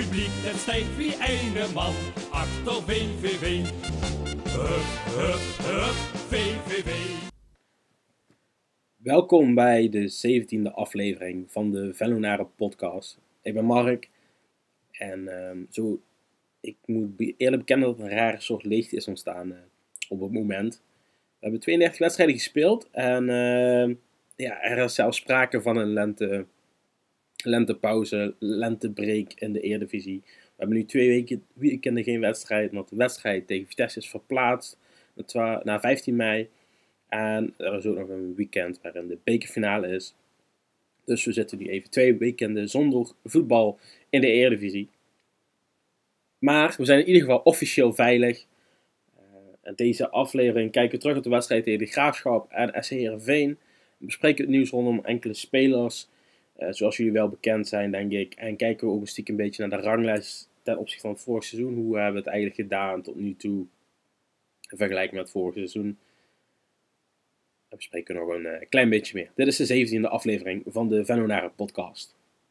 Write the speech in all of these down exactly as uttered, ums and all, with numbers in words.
publiek, het stijgt wie ene man achter V V V. Hup, hup, hup, V V V. Welkom bij de zeventiende aflevering van de Vellonaren podcast. Ik ben Mark en um, zo, ik moet be- eerlijk bekennen dat er een rare soort leegte is ontstaan uh, op het moment. We hebben tweeëndertig wedstrijden gespeeld en uh, ja, er is zelfs sprake van een lente, lentepauze, lentebreak in de Eredivisie. We hebben nu twee weken, weekenden geen wedstrijd, want de wedstrijd tegen Vitesse is verplaatst naar vijftien mei. En er is ook nog een weekend waarin de bekerfinale is. Dus we zitten nu even twee weekenden zonder voetbal in de Eredivisie. Maar we zijn in ieder geval officieel veilig. Uh, en deze aflevering kijken we terug op de wedstrijd tegen de Graafschap en S C Heerenveen. We bespreken het nieuws rondom enkele spelers. Uh, zoals jullie wel bekend zijn, denk ik. En kijken we ook een stiekem een beetje naar de ranglijst ten opzichte van het vorige seizoen. Hoe hebben we het eigenlijk gedaan tot nu toe in vergelijking met het vorige seizoen. We bespreken nog een uh, klein beetje meer. Dit is de zeventiende aflevering van de Vellonaren podcast.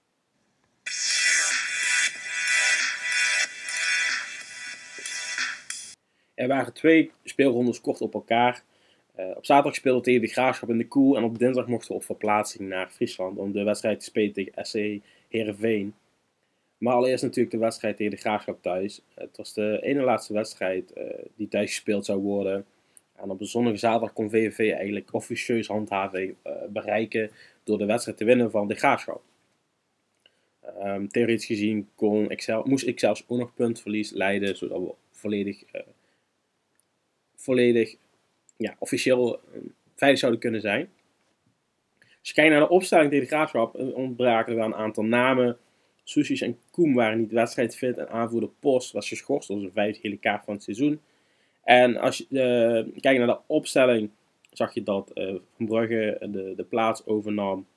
Er waren twee speelrondes kort op elkaar. Uh, op zaterdag speelden we tegen de Graafschap in de Koel. En op dinsdag mochten we op verplaatsing naar Friesland om de wedstrijd te spelen tegen S C Heerenveen. Maar allereerst natuurlijk de wedstrijd tegen de Graafschap thuis. Uh, het was de ene laatste wedstrijd uh, die thuis gespeeld zou worden. En op de zonnige zaterdag kon V V V eigenlijk officieus handhaving uh, bereiken door de wedstrijd te winnen van de Graafschap. Um, theoretisch gezien kon ik zelf, moest ik zelfs ook nog puntverlies leiden, zodat we volledig, uh, volledig ja, officieel uh, veilig zouden kunnen zijn. Als je kijkt naar de opstelling tegen de Graafschap, uh, ontbraken er wel een aantal namen. Soesjes en Koem waren niet wedstrijdfit en aanvoerder Post was geschorst. Dat was een vijfde gele kaart van het seizoen. En als je uh, kijkt naar de opstelling, zag je dat uh, Van Brugge de, de plaats overnam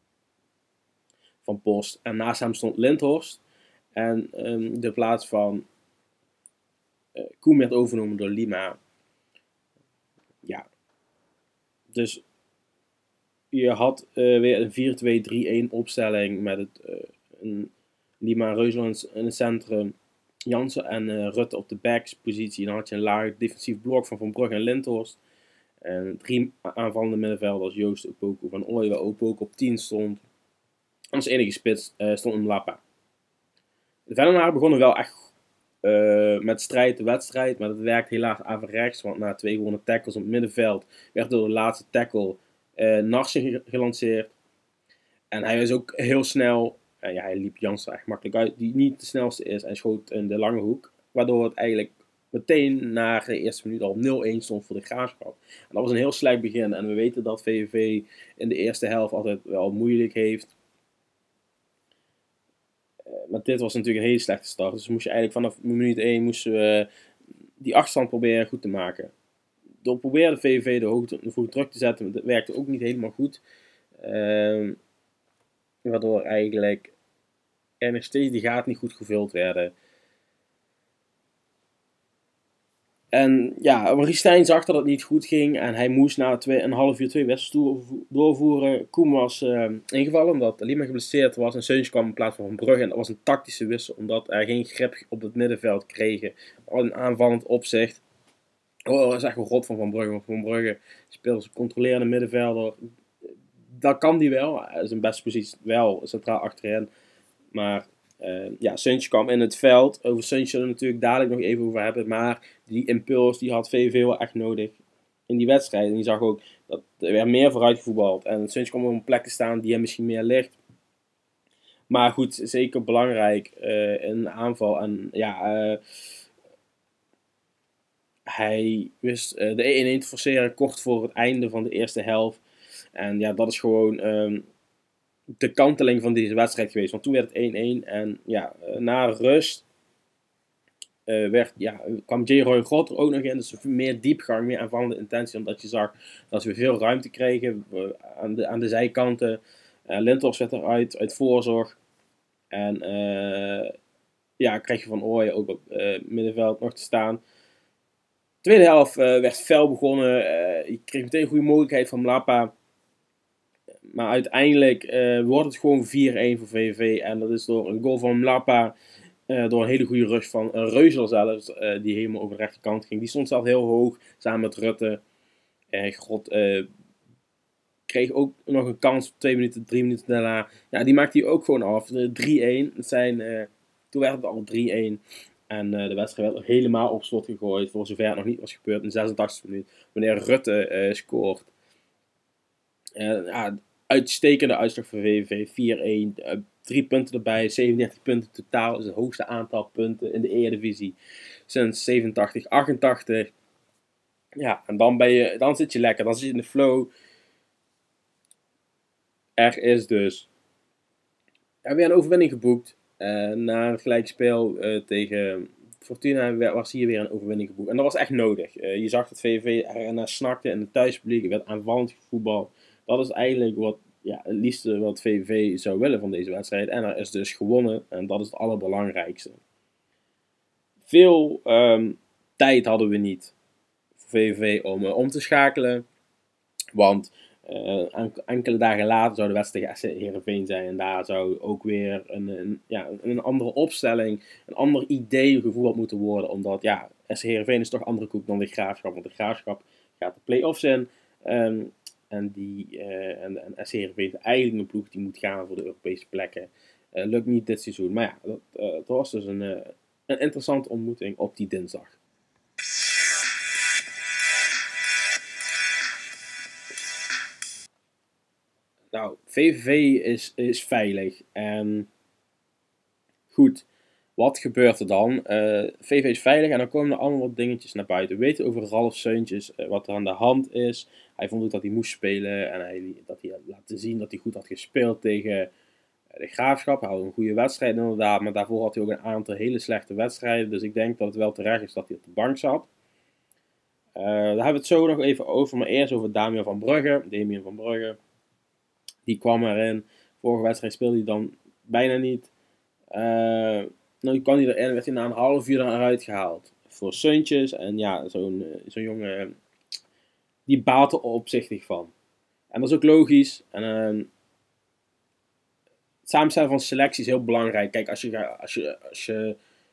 van Post. En naast hem stond Lindhorst. En um, de plaats van uh, Koem werd overgenomen door Lima. Ja. Dus je had uh, weer een vier twee drie een opstelling met het, uh, een Lima Reusland in het centrum. Jansen en uh, Rutte op de backspositie. Dan had je een laag defensief blok van Van Brugge en Lindhorst. En drie aanvallende middenvelders. Joost Opoku van Ooyen, waar Opoku op tien stond. En als enige spits uh, stond Mlapa. De Vellonaren begonnen wel echt uh, met strijd de wedstrijd. Maar dat werkt helaas averechts. Want na twee gewone tackles op het middenveld werd door de laatste tackle uh, Narsen gelanceerd. En hij was ook heel snel. Uh, ja, hij liep Jansen echt makkelijk uit, die niet de snelste is en schoot in de lange hoek. Waardoor het eigenlijk meteen na de eerste minuut al nul een stond voor de Graafschap. En dat was een heel slecht begin. En we weten dat V V V in de eerste helft altijd wel moeilijk heeft. Uh, maar dit was natuurlijk een hele slechte start. Dus moest je eigenlijk vanaf minuut één moesten we die achterstand proberen goed te maken. Door probeerde V V V de hoogte, de vroeg druk te zetten, maar dat werkte ook niet helemaal goed. Uh, Waardoor eigenlijk er nog steeds die gaten niet goed gevuld werden. En ja, Maurice Stijn zag dat het niet goed ging. En hij moest na twee, een half uur twee wedstrijden doorvoeren. Koem was uh, ingevallen omdat Lima geblesseerd was. En Seuntjes kwam in plaats van Van Brugge. En dat was een tactische wissel. Omdat er geen grip op het middenveld kregen. Al een aanvallend opzicht. Oh, dat is echt een rot van Van Brugge. Want Van Brugge speelt als een controlerende middenvelder. Dat kan die wel. Zijn beste positie wel centraal achterin. Maar uh, ja, Seuntjes kwam in het veld. Over Seuntjes zullen we natuurlijk dadelijk nog even over hebben. Maar die impuls die had V V V wel echt nodig in die wedstrijd. En je zag ook dat er weer meer vooruit gevoetbald. En Seuntjes kwam op een plek te staan die hem misschien meer ligt. Maar goed, zeker belangrijk uh, in de aanval. En ja, uh, hij wist uh, de één een te forceren kort voor het einde van de eerste helft. En ja, dat is gewoon um, de kanteling van deze wedstrijd geweest. Want toen werd het één een. En ja, na rust uh, werd, ja, kwam J. Roy God er ook nog in. Dus meer diepgang, meer aanvallende intentie. Omdat je zag dat we veel ruimte kregen uh, aan, de, aan de zijkanten. Uh, Lindhorst werd eruit uit voorzorg. En uh, ja, kreeg je Van Ooyen ook op uh, middenveld nog te staan. De tweede helft uh, werd fel begonnen. Uh, je kreeg meteen een goede mogelijkheid van Mlapa. Maar uiteindelijk uh, wordt het gewoon vier een voor V V V. En dat is door een goal van Mlapa. Uh, door een hele goede rush van uh, Reuzel zelfs, uh, die helemaal over de rechterkant ging. Die stond zelf heel hoog, samen met Rutte. En God uh, kreeg ook nog een kans, twee minuten, drie minuten daarna. Ja, die maakte hij ook gewoon af. Uh, drie-een. Het zijn, uh, toen werd het al drie-een. En uh, de wedstrijd werd helemaal op slot gegooid, voor zover het nog niet was gebeurd, in de zesentachtigste minuut. Wanneer Rutte uh, scoort. Uh, ja, uitstekende uitslag voor V V V, vier-een. Uh, drie punten erbij, zevenendertig punten totaal. Dat is het hoogste aantal punten in de Eredivisie sinds zevenentachtig achtentachtig. Ja, en dan, ben je, dan zit je lekker, dan zit je in de flow. Er is dus ja, weer een overwinning geboekt. Uh, na een gelijkspel uh, tegen Fortuna was hier weer een overwinning geboekt. En dat was echt nodig. Uh, je zag dat V V V er naar snakte en het thuispubliek werd aanvallend voetbal. Dat is eigenlijk wat, ja, het liefste wat V V V zou willen van deze wedstrijd. En er is dus gewonnen. En dat is het allerbelangrijkste. Veel um, tijd hadden we niet voor V V V om uh, om te schakelen. Want uh, enkele dagen later zou de wedstrijd tegen S C Heerenveen zijn. En daar zou ook weer een, een, ja, een andere opstelling, een ander idee gevoerd moeten worden. Omdat ja, S C Heerenveen is toch andere koek dan de Graafschap. Want de Graafschap gaat de play-offs in. Um, en, die, uh, en, en S C Heerenveen is eigenlijk een ploeg die moet gaan voor de Europese plekken. Uh, lukt niet dit seizoen. Maar ja, dat, uh, dat was dus een, uh, een interessante ontmoeting op die dinsdag. Nou, V V V is, is veilig. En goed, wat gebeurt er dan? Uh, V V V is veilig en dan komen er allemaal wat dingetjes naar buiten. We weten over Ralf Seuntjes uh, wat er aan de hand is. Hij vond ook dat hij moest spelen en hij, dat hij had laten zien dat hij goed had gespeeld tegen de Graafschap. Hij had een goede wedstrijd inderdaad, maar daarvoor had hij ook een aantal hele slechte wedstrijden. Dus ik denk dat het wel terecht is dat hij op de bank zat. Uh, daar hebben we het zo nog even over, maar eerst over Damian van Brugge. Damian van Brugge. Die kwam erin. Vorige wedstrijd speelde hij dan bijna niet. Uh, nou kwam hij erin, werd hij na een half uur eruit gehaald. Voor Seuntjes. En ja, zo'n, zo'n jongen, die baalt er opzichtig van. En dat is ook logisch. En uh, het samenstellen van selectie is heel belangrijk. Kijk, als je, als je, als je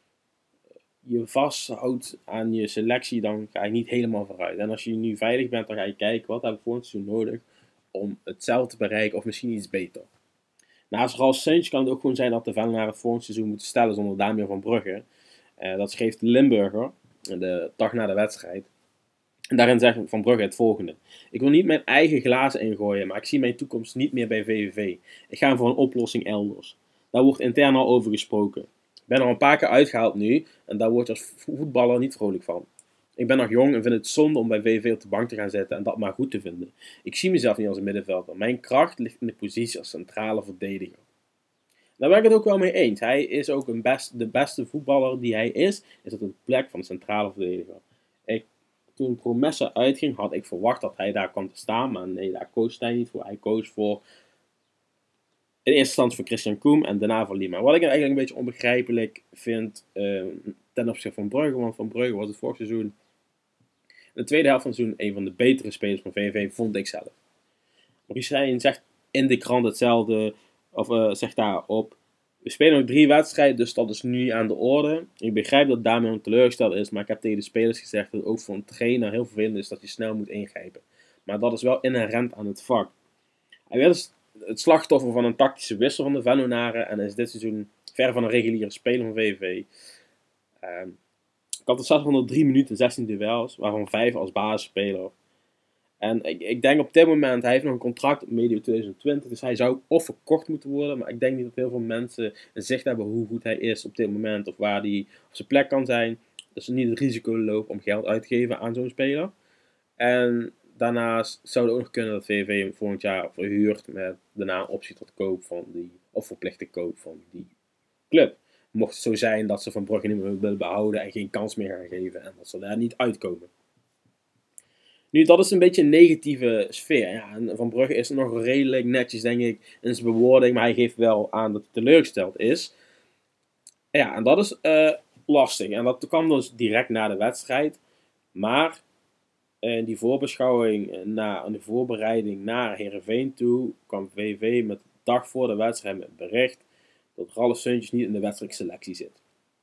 je vasthoudt aan je selectie, dan ga je niet helemaal vooruit. En als je nu veilig bent, dan ga je kijken, wat heb ik voor het seizoen nodig om hetzelfde te bereiken of misschien iets beter. Naast Ralf Seuntjes kan het ook gewoon zijn dat de Venlonaren het volgend seizoen moeten stellen zonder Damian van Brugge. Uh, dat schreef de Limburger de dag na de wedstrijd. En daarin zegt Van Brugge het volgende. Ik wil niet mijn eigen glazen ingooien, maar ik zie mijn toekomst niet meer bij V V V. Ik ga voor een oplossing elders. Daar wordt intern al over gesproken. Ik ben er een paar keer uitgehaald nu en daar word je als voetballer niet vrolijk van. Ik ben nog jong en vind het zonde om bij V V V op de bank te gaan zitten en dat maar goed te vinden. Ik zie mezelf niet als een middenvelder. Mijn kracht ligt in de positie als centrale verdediger. Daar ben ik het ook wel mee eens. Hij is ook een best, de beste voetballer die hij is, is op de plek van de centrale verdediger. Ik, toen Promessa uitging, had ik verwacht dat hij daar kwam te staan, maar nee, daar koos hij niet voor. Hij koos voor, in eerste instantie voor Christian Koem en daarna voor Lima. Wat ik eigenlijk een beetje onbegrijpelijk vind uh, ten opzichte van Brugge, want Van Brugge was het vorig seizoen, in de tweede helft van het seizoen, een van de betere spelers van V V V, vond ik zelf. Maurice Stijn zegt in de krant hetzelfde, of uh, zegt daarop, we spelen nog drie wedstrijden, dus dat is nu aan de orde. Ik begrijp dat Damian teleurgesteld is, maar ik heb tegen de spelers gezegd dat het ook voor een trainer heel vervelend is dat je snel moet ingrijpen. Maar dat is wel inherent aan het vak. Hij werd het slachtoffer van een tactische wissel van de Venlonaren en is dit seizoen ver van een reguliere speler van V V V. Uh, ik had er zeshonderddrie minuten, zestien duels, waarvan vijf als basisspeler. En ik, ik denk op dit moment, hij heeft nog een contract medio twintig twintig, dus hij zou of verkocht moeten worden. Maar ik denk niet dat heel veel mensen een zicht hebben hoe goed hij is op dit moment of waar hij op zijn plek kan zijn. Dus niet het risico lopen om geld uit te geven aan zo'n speler. En daarnaast zou het ook nog kunnen dat V V V hem volgend jaar verhuurt met daarna een optie tot koop van die, of verplichte koop van die club. Mocht het zo zijn dat ze Van Brugge niet meer willen behouden en geen kans meer gaan geven en dat ze daar niet uitkomen. Nu, dat is een beetje een negatieve sfeer. Ja, en Van Brugge is nog redelijk netjes, denk ik, in zijn bewoording, maar hij geeft wel aan dat hij teleurgesteld is. Ja, en dat is uh, lastig. En dat kwam dus direct na de wedstrijd. Maar in die voorbeschouwing, na, in de voorbereiding naar Heerenveen toe, kwam V V V met de dag voor de wedstrijd met bericht dat Ralf Seuntjes niet in de wedstrijdselectie zit.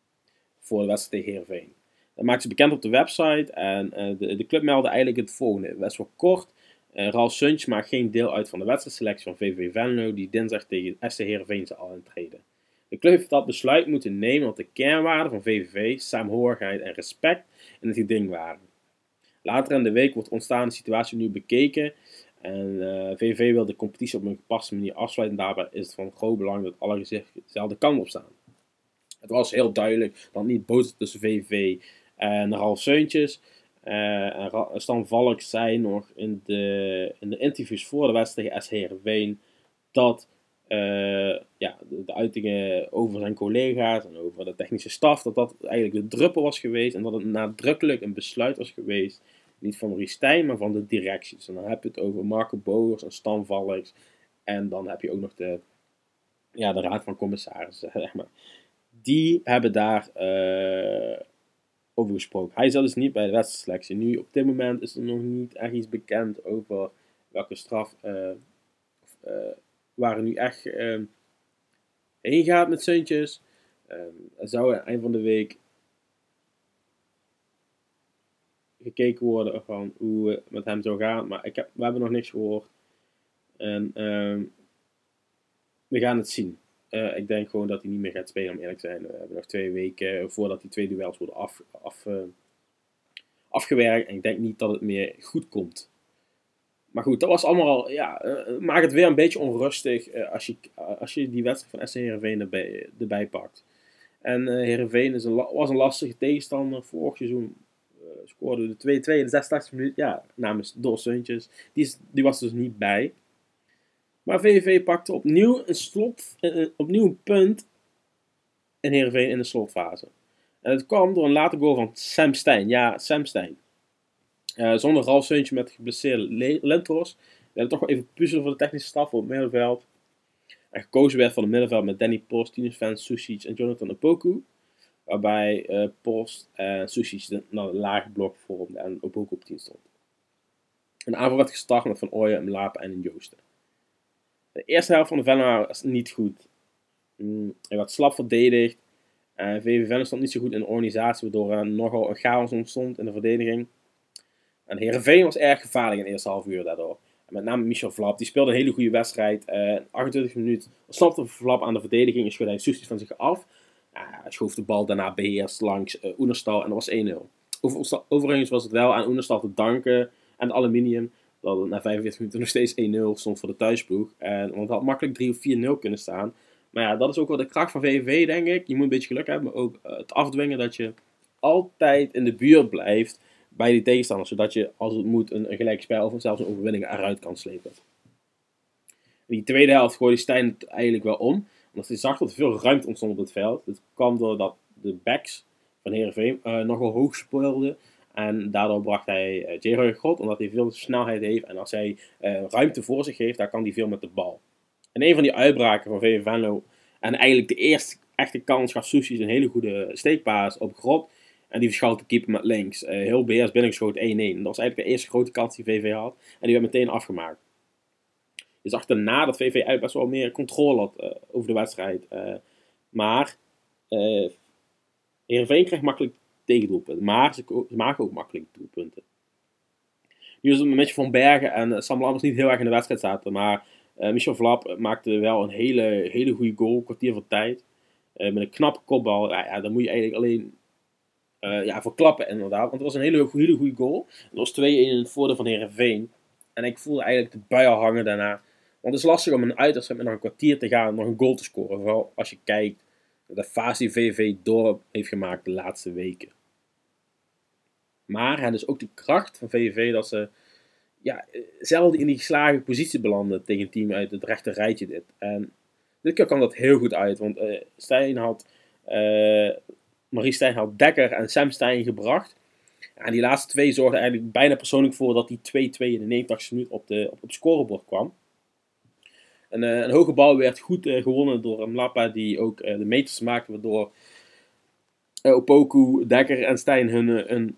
voor de wedstrijd tegen Heerenveen. Dat maakte ze bekend op de website en uh, de, de club meldde eigenlijk het volgende. Best wel kort. Uh, Ralf Suntjes maakt geen deel uit van de wedstrijdselectie van V V Venlo die dinsdag tegen S C Heerenveen zal intreden. De club heeft dat besluit moeten nemen omdat de kernwaarden van V V V, saamhorigheid en respect in het geding waren. Later in de week wordt de ontstaande situatie nu bekeken en uh, V V V wil de competitie op een gepaste manier afsluiten. Daarbij is het van groot belang dat alle gezichten dezelfde kant op staan. Het was heel duidelijk dat niet boos tussen V V V en Ralf Suntjes. Uh, en Stan Valk zei nog in de, in de interviews voor de wedstrijd tegen S C Heerenveen dat uh, ja, de, de uitingen over zijn collega's en over de technische staf, dat dat eigenlijk de druppel was geweest en dat het nadrukkelijk een besluit was geweest, niet van Maurice Stijn, maar van de directies. En dan heb je het over Marco Bogers en Stan Valks en dan heb je ook nog de, ja, de raad van commissarissen, zeg maar. Die hebben daar uh, over gesproken. Hij zat dus niet bij de wedstrijdselectie. Nu, op dit moment is er nog niet echt iets bekend over welke straf uh, uh, waar er nu echt uh, heen gaat met Suntjes. Um, er zou aan eind van de week gekeken worden van hoe het met hem zou gaan. Maar ik heb, we hebben nog niks gehoord. En um, we gaan het zien. Uh, ik denk gewoon dat hij niet meer gaat spelen, om eerlijk te zijn. We hebben nog twee weken voordat die twee duels worden af, af, uh, afgewerkt. En ik denk niet dat het meer goed komt. Maar goed, dat was allemaal... Ja, uh, maakt het weer een beetje onrustig uh, als, je, uh, als je die wedstrijd van S C Heerenveen erbij, erbij pakt. En uh, Heerenveen is een, was een lastige tegenstander. Vorig seizoen uh, scoorde de twee-twee in de zesentachtigste minuut. Ja, namens Door Suntjes. Die, is, die was dus niet bij. Maar V V V pakte opnieuw een, slot, uh, opnieuw een punt in Heerenveen in de slotfase. En het kwam door een late goal van Sam Stein. Ja, Sam Stein. Uh, zonder Ralf Suntjes met geblesseerde Lentros. We hebben toch wel even puzzelen voor de technische staf op het middenveld. En gekozen werd van het middenveld met Danny Post, Tinus Van Susic en Jonathan Opoku. Waarbij uh, Post en Susic de, nou, de lage blok vormden en Opoku op tien stond. Een aanval werd gestart met Van Ooyen, Mlapen en Joosten. De eerste helft van de Venlo was niet goed. Mm, hij werd slap verdedigd. En V V Venlo stond niet zo goed in de organisatie, waardoor er nogal een chaos ontstond in de verdediging. En Heerenveen was erg gevaarlijk in de eerste half uur daardoor. En met name Michel Vlap, die speelde een hele goede wedstrijd. Uh, achtentwintig minuten ontsnapte Vlap aan de verdediging en schoot hij Susic van zich af. Uh, hij schoof de bal daarna beheerst langs uh, Oenerstal en dat was één nul. Over, overigens was het wel aan Oenerstal te danken en de Aluminium dat het na vijfenveertig minuten nog steeds één nul stond voor de thuisploeg. En, want het had makkelijk drie of vier nul kunnen staan. Maar ja, dat is ook wel de kracht van V V V, denk ik. Je moet een beetje geluk hebben, maar ook uh, het afdwingen dat je altijd in de buurt blijft bij die tegenstanders. Zodat je, als het moet, een, een gelijk spel of zelfs een overwinning eruit kan slepen. In die tweede helft gooide Stijn het eigenlijk wel om. Omdat hij zag dat er veel ruimte ontstond op het veld. Het kwam doordat de backs van Heerenveen uh, nogal hoog speelden. En daardoor bracht hij uh, J. God, omdat hij veel snelheid heeft. En als hij uh, ruimte voor zich heeft, dan kan hij veel met de bal. En een van die uitbraken van V V Venlo, en eigenlijk de eerste echte kans, gaf Susic een hele goede steekpaas op Grot. En die verschoot de keeper met links. Uh, heel beheerst binnengeschoten één-één. Dat was eigenlijk de eerste grote kans die V V had. En die werd meteen afgemaakt. Je zag daarna dat V V eigenlijk best wel meer controle had uh, over de wedstrijd. Uh, maar uh, Heerenveen kreeg makkelijk tegendoelpunten. Maar ze, ze maken ook makkelijk doelpunten. Nu is het een beetje Van Bergen en uh, Sam Lammers niet heel erg in de wedstrijd zaten. Maar uh, Michel Vlap maakte wel een hele, hele goede goal. Kwartier van tijd. Uh, met een knappe kopbal. Ja, ja, dan moet je eigenlijk alleen uh, ja, voor klappen inderdaad. Want het was een hele, hele goede goal. Het was twee-één in het voordeel van Heerenveen. En ik voelde eigenlijk de bui al hangen daarna. Want het is lastig om een uitwedstrijd met nog een kwartier te gaan en nog een goal te scoren. Vooral als je kijkt naar de fase die V V V door heeft gemaakt de laatste weken. Maar het is ook de kracht van V V V dat ze ja, zelden in die geslagen positie belanden tegen een team uit het rechte rijtje dit. En dit keer kwam dat heel goed uit. Want uh, Stijn had, uh, Maurice Stijn had Dekker en Sam Stein gebracht. En die laatste twee zorgden eigenlijk bijna persoonlijk voor dat die twee-twee in de negenentachtigste minuut op, de, op het scorebord kwam. En, uh, een hoge bal werd goed uh, gewonnen door Mlapa, die ook uh, de meters maakte, waardoor uh, Opoku, Dekker en Stijn hun, uh, hun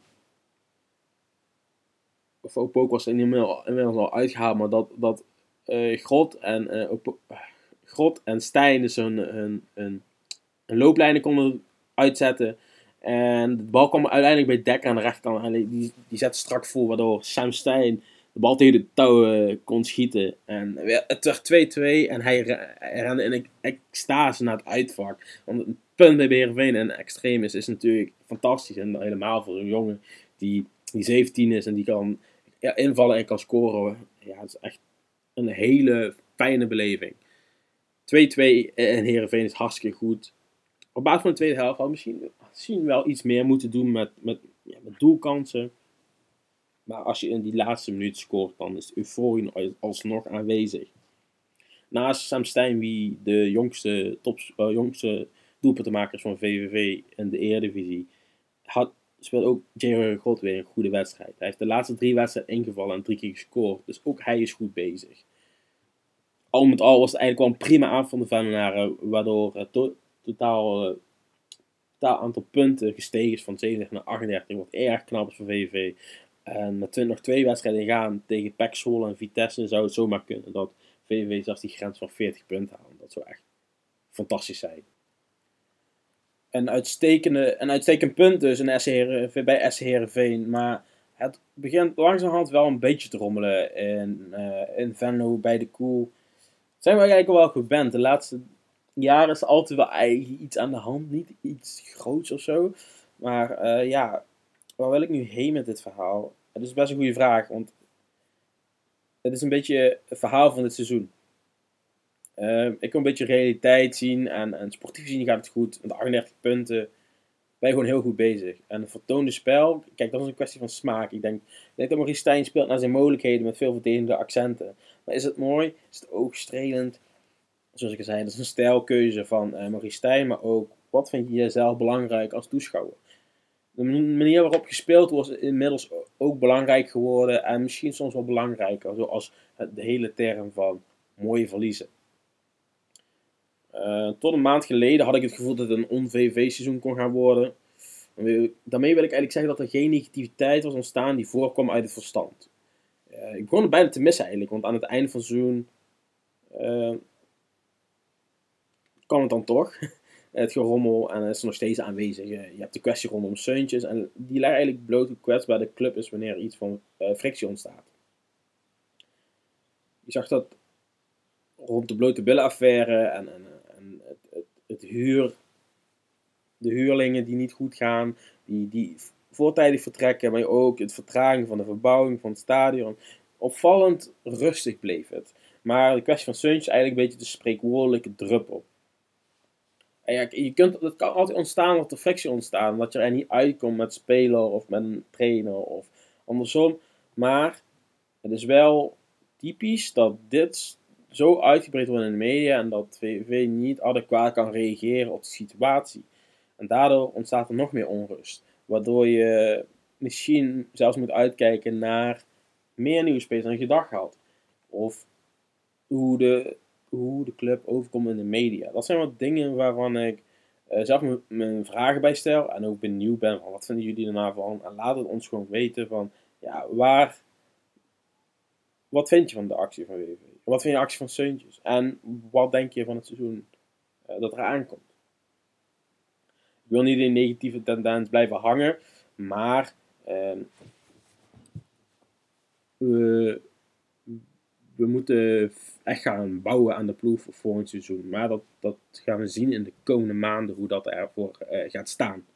of Opoku was er inmiddels, inmiddels al uitgehaald, maar dat, dat uh, Grot en uh, Opo, uh, Grot en Stijn dus hun, hun, hun, hun looplijnen konden uitzetten. En de bal kwam uiteindelijk bij Dekker aan de rechterkant. En die, die zette strak voor, waardoor Sam Stein de bal tegen de touw kon schieten. En het werd twee-twee en hij, hij rende in een extase naar het uitvak. Want het punt bij Heerenveen en extreem is, is natuurlijk fantastisch. En helemaal voor een jongen die, die zeventien is en die kan ja, invallen en kan scoren. Ja, het is echt een hele fijne beleving. twee-twee in Heerenveen is hartstikke goed. Op basis van de tweede helft had misschien, misschien wel iets meer moeten doen met, met, ja, met doelkansen. Maar als je in die laatste minuut scoort, dan is de euforie alsnog aanwezig. Naast Sam Stein, wie de jongste, tops, uh, jongste doelpuntenmakers van V V V in de Eredivisie, had, speelt ook Jerry God weer een goede wedstrijd. Hij heeft de laatste drie wedstrijden ingevallen en drie keer gescoord. Dus ook hij is goed bezig. Al met al was het eigenlijk wel een prima avond van de Venlonaren, waardoor het to- totaal, uh, totaal aantal punten gestegen is van zevenendertig naar achtendertig, wat erg knap is voor V V V. En met nog twee wedstrijden gaan tegen P E C Zwolle en Vitesse zou het zomaar kunnen dat V V V zelfs die grens van veertig punten halen. Dat zou echt fantastisch zijn. Een, uitstekende, een uitstekend punt dus in S C Heeren, bij S C Heerenveen. Maar het begint langzamerhand wel een beetje te rommelen in, uh, in Venlo bij de Koel. Zijn we eigenlijk wel gewend. De laatste jaren is er altijd wel eigenlijk iets aan de hand. Niet iets groots of zo. Maar uh, ja, waar wil ik nu heen met dit verhaal? Dat is best een goede vraag. Want het is een beetje het verhaal van dit seizoen. Uh, ik kan een beetje realiteit zien. En, en sportief zien gaat het goed. Met achtendertig punten ben je gewoon heel goed bezig. En een vertoonde spel. Kijk, dat is een kwestie van smaak. Ik denk, ik denk dat Maurice Stijn speelt naar zijn mogelijkheden. Met veel verdedigende accenten. Maar is het mooi? Is het oogstrelend? Zoals ik al zei, dat is een stijlkeuze van uh, Maurice Stijn. Maar ook, wat vind je zelf belangrijk als toeschouwer? De manier waarop gespeeld wordt is inmiddels ook belangrijk geworden. En misschien soms wel belangrijker. Zoals de hele term van mooie verliezen. Uh, tot een maand geleden had ik het gevoel dat het een on-V V seizoen kon gaan worden. Daarmee wil ik eigenlijk zeggen dat er geen negativiteit was ontstaan die voorkwam uit het verstand. Uh, ik begon het bijna te missen eigenlijk. Want aan het einde van het seizoen uh, kwam het dan toch. Het gerommel en is er nog steeds aanwezig. Je hebt de kwestie rondom Seuntjes en die leggen eigenlijk bloot hoe kwetsbaar de club is wanneer iets van uh, frictie ontstaat. Je zag dat rond de blote billen affaire en, en, en het, het, het huur, de huurlingen die niet goed gaan, die, die voortijdig vertrekken, maar ook het vertraging van de verbouwing van het stadion. Opvallend rustig bleef het. Maar de kwestie van Seuntjes is eigenlijk een beetje de spreekwoordelijke druppel. En ja, je kunt, het kan altijd ontstaan dat er frictie ontstaat. Dat je er niet uitkomt met speler of met een trainer of andersom. Maar het is wel typisch dat dit zo uitgebreid wordt in de media. En dat V V V niet adequaat kan reageren op de situatie. En daardoor ontstaat er nog meer onrust. Waardoor je misschien zelfs moet uitkijken naar meer nieuwe spelers dan je gedacht had. Of hoe de... hoe de club overkomt in de media. Dat zijn wat dingen waarvan ik uh, zelf m- mijn vragen bij stel en ook benieuwd ben van wat vinden jullie er nou van en laat het ons gewoon weten van ja, waar wat vind je van de actie van W V V? Wat vind je van de actie van Seuntjes? En wat denk je van het seizoen uh, dat er aankomt? Ik wil niet in negatieve tendens blijven hangen, maar uh, we We moeten echt gaan bouwen aan de ploeg voor volgend seizoen. Maar dat, dat gaan we zien in de komende maanden hoe dat ervoor uh, gaat staan.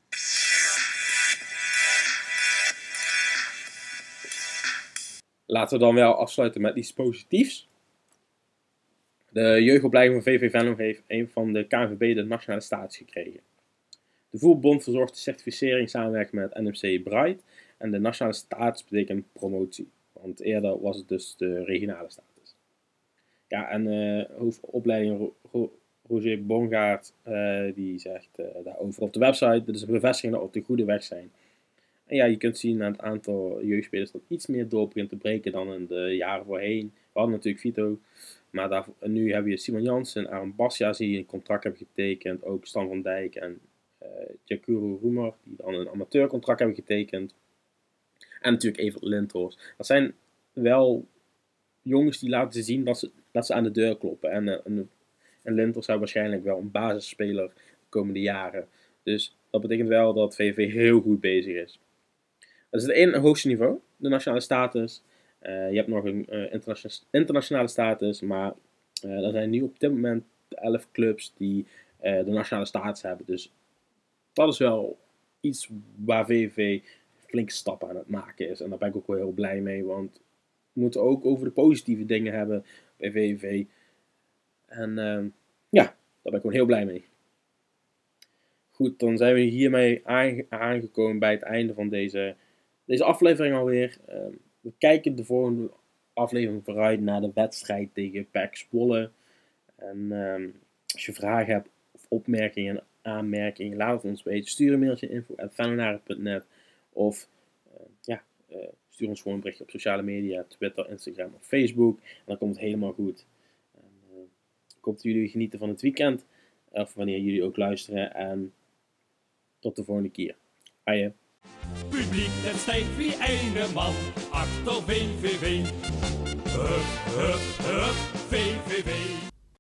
Laten we dan wel afsluiten met iets positiefs. De jeugdopleiding van V V Venlo heeft een van de K N V B de nationale status gekregen. De voetbalbond verzorgt de certificering samenwerking met N M C Bright. En de nationale status betekent promotie. Want eerder was het dus de regionale status. Ja, en uh, hoofdopleiding Ro- Roger Bongaert, uh, die zegt uh, daarover op de website, dit is een bevestiging dat we op de goede weg zijn. En ja, je kunt zien aan het aantal jeugdspelers dat iets meer door begint te breken dan in de jaren voorheen. We hadden natuurlijk Vito, maar daar, nu hebben we Simon Jansen en Aaron Basjas die een contract hebben getekend. Ook Stan van Dijk en uh, Jakuru Roemer die dan een amateurcontract hebben getekend. En natuurlijk Evert Lindhorst. Dat zijn wel jongens die laten zien dat ze, dat ze aan de deur kloppen. En, en, en Lindhorst zou waarschijnlijk wel een basisspeler de komende jaren. Dus dat betekent wel dat V V V heel goed bezig is. Dat is het ene hoogste niveau, de nationale status. Uh, je hebt nog een uh, interna- internationale status, maar uh, er zijn nu op dit moment elf clubs die uh, de nationale status hebben. Dus dat is wel iets waar V V V flinke stappen aan het maken is. En daar ben ik ook wel heel blij mee, want we moeten ook over de positieve dingen hebben bij V V V. En uh, ja, daar ben ik gewoon heel blij mee. Goed, dan zijn we hiermee aange- aangekomen bij het einde van deze, deze aflevering alweer. Uh, we kijken de volgende aflevering vooruit naar de wedstrijd tegen P E C Zwolle. En uh, als je vragen hebt of opmerkingen en aanmerkingen, laat het ons weten. Stuur een mailtje info at venonaren punt net of uh, ja, uh, stuur ons gewoon een berichtje op sociale media, Twitter, Instagram of Facebook. En dan komt het helemaal goed. En, uh, ik hoop dat jullie genieten van het weekend. Of wanneer jullie ook luisteren. En tot de volgende keer. Haaien. Publiek, het stijgt wie ene man achter V V V. Hup, hup, hup, V V V.